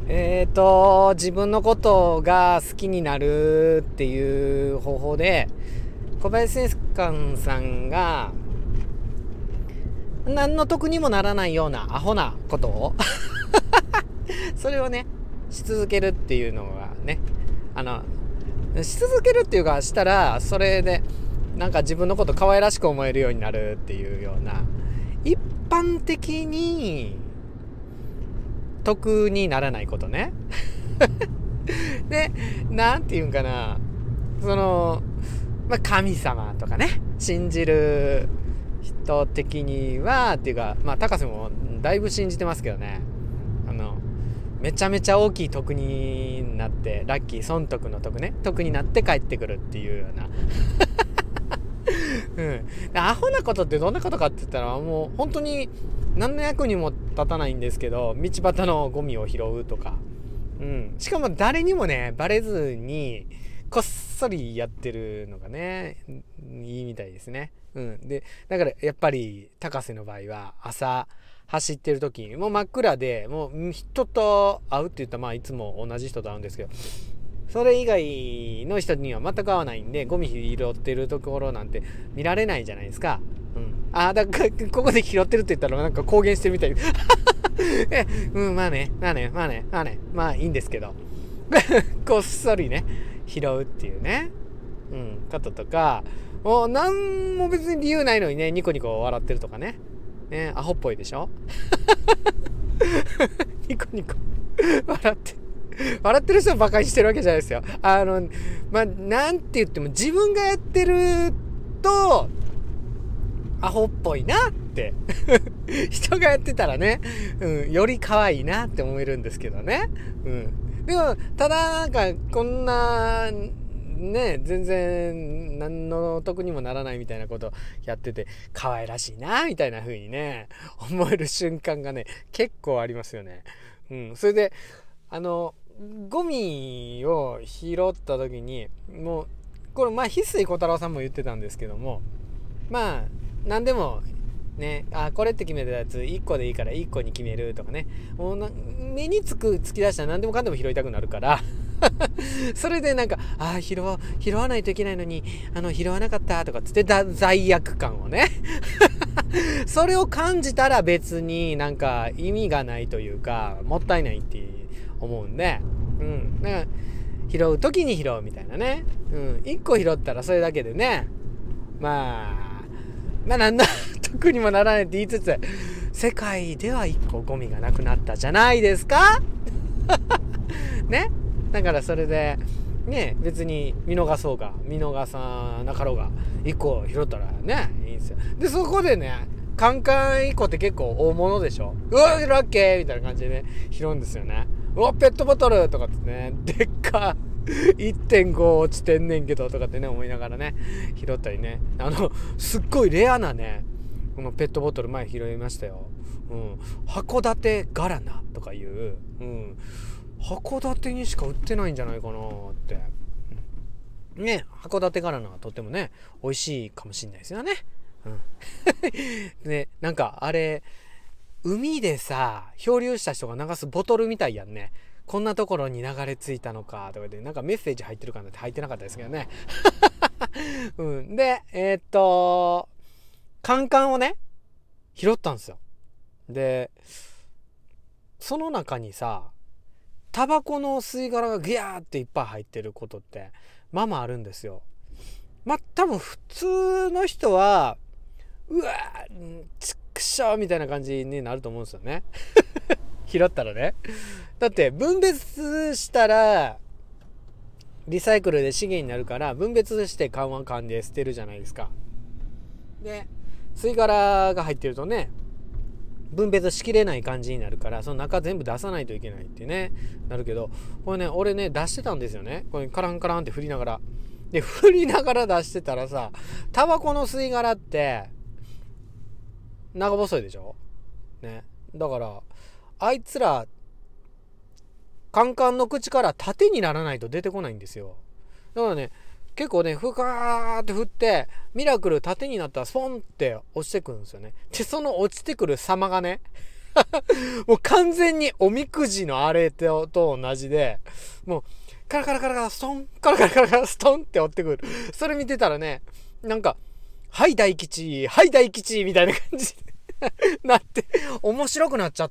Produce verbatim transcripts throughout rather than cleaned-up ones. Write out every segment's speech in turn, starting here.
えーと自分のことが好きになるっていう方法で、小林正観さんが何の得にもならないようなアホなことをそれをねし続けるっていうのがね、あのし続けるっていうかしたら、それでなんか自分のこと可愛らしく思えるようになるっていうような、一般的に得にならないことねで、なんていうんかな、その、まあ、神様とかね信じる人的にはっていうか、まあ高瀬もだいぶ信じてますけどね、あのめちゃめちゃ大きい得になって、ラッキー損得の得ね、得になって帰ってくるっていうようなうん、アホなことってどんなことかって言ったら、もう本当に何の役にも立たないんですけど、道端のゴミを拾うとか、うん、しかも誰にもねバレずにこっそりやってるのがねいいみたいですね。うん、でだからやっぱり高瀬の場合は朝走ってる時にもう真っ暗で、もう人と会うって言ったらまあいつも同じ人と会うんですけど、それ以外の人には全く会わないんで、ゴミ拾ってるところなんて見られないじゃないですか。うん。あ、だからここで拾ってるって言ったらなんか公言してるみたいえ、うん、まあね、まあね、まあね、まあね、まあいいんですけどこっそりね拾うっていうね、うん、こととか、もうなんも別に理由ないのにねニコニコ笑ってるとかね、ね、アホっぽいでしょニコニコ笑って笑ってる人をバカにしてるわけじゃないですよ。あのまあなんて言っても自分がやってるとアホっぽいなって人がやってたらね、うん、より可愛いなって思えるんですけどね。うん、でもただなんかこんなね全然何の得にもならないみたいなことやってて可愛らしいなみたいな風にね思える瞬間がね結構ありますよね。うん、それであのゴミを拾った時に、もうこれまあ翡翠小太郎さんも言ってたんですけども、まあ何でもね、あこれって決めたやついっこでいいからいっこに決めるとかね、もうな目につく突き出したら何でもかんでも拾いたくなるからそれでなんかあ拾わ拾わないといけないのにあの拾わなかったとかつってだ罪悪感をねそれを感じたら別になんか意味がないというかもったいないって思うんで、うん、だから拾う時に拾うみたいなね、うん、いっこ拾ったらそれだけでね、まあまあなんだ得にもならないって言いつつ、世界ではいっこゴミがなくなったじゃないですかね、だからそれでね別に見逃そうが見逃さなかろうがいっこ拾ったらねいいんですよ。でそこでねカンカンいっこって結構大物でしょ。うわラッキーみたいな感じでね拾うんですよね。うわペットボトルとかってねでっかいってんご 落ちてんねんけどとかってね思いながらね拾ったりね、あのすっごいレアなねこのペットボトル前拾いましたよ。うん、函館ガラナとかいう、うん、函館にしか売ってないんじゃないかなってね。函館ガラナはとってもね美味しいかもしれないですよね。うん、でなんかあれ海でさ漂流した人が流すボトルみたいやんね。こんなところに流れ着いたのかとかでなんかメッセージ入ってるかなって入ってなかったですけどね、うん、でえー、っとカンカンをね拾ったんですよ。でその中にさタバコの吸い殻がギャーっていっぱい入ってることってまあまああるんですよ。まあ多分普通の人はうわーちくしょうみたいな感じになると思うんですよね拾ったらね。だって分別したらリサイクルで資源になるから分別して缶は缶で捨てるじゃないですか。で吸い殻が入ってるとね分別しきれない感じになるからその中全部出さないといけないってねなるけど、これね俺ね出してたんですよね。これカランカランって振りながらで振りながら出してたらさ、タバコの吸い殻って長細いでしょね。だからあいつらカンカンの口から縦にならないと出てこないんですよ。だからね結構ねふかーって振ってミラクル縦になったらスポンって落ちてくるんですよね。でその落ちてくる様がねもう完全におみくじのあれとと同じで、もうカラカラカラカラストンカラカラカラカラストンって追ってくる。それ見てたらね、なんかはい大吉はい大吉みたいな感じなって面白くなっちゃって、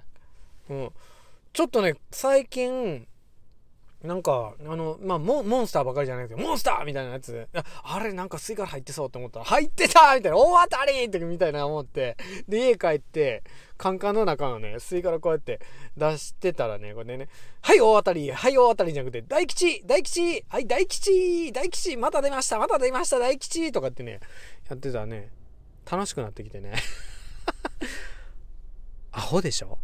うん、ちょっとね最近なんかあのまあ モ, モンスターばかりじゃないけどモンスターみたいなやつ、あれなんかスイカ入ってそうと思ったら入ってたみたいな、大当たりってみたいな思って、で家帰ってカンカンの中のねスイカこうやって出してたらね、これね、はい大当たりはい大当たりじゃなくて大吉大吉はい大吉大吉また出ましたまた出ました大吉とかってねやってたらね、楽しくなってきてねアホでしょ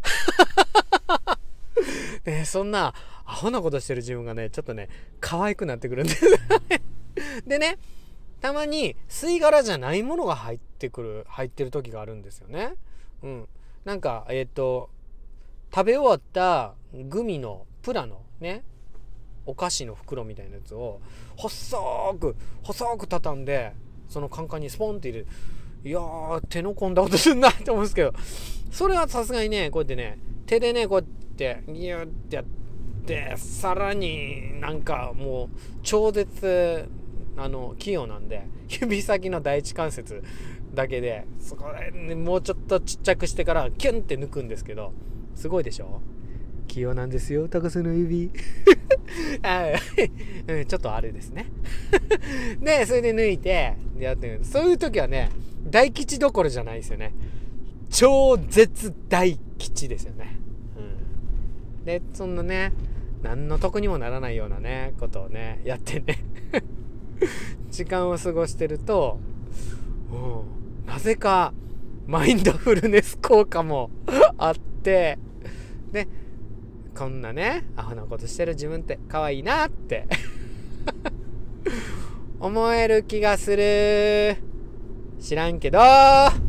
ね、そんなアホなことしてる自分がねちょっとね可愛くなってくるんですでね、たまに吸い殻じゃないものが入ってくる入ってる時があるんですよね。うん、なんかえっと食べ終わったグミのプラのねお菓子の袋みたいなやつを細く細く畳んでそのカンカンにスポンって入れる。いやー手の込んだことするなって思うんですけど、それはさすがにねこうやってね手でねこうやってギューってやってさらになんかもう超絶あの器用なんで指先の第一関節だけでそこで、ね、もうちょっとちっちゃくしてからキュンって抜くんですけど、すごいでしょ、器用なんですよ高須の指あ、うん、ちょっとあれですねでそれで抜いてやってる。そういう時はね大吉どころじゃないですよね、超絶大吉ですよね、うん、でそんなね何の得にもならないようなねことをねやってね時間を過ごしてると、うん、なぜかマインドフルネス効果もあってでこんなねアホなことしてる自分って可愛いなって思える気がする。知らんけど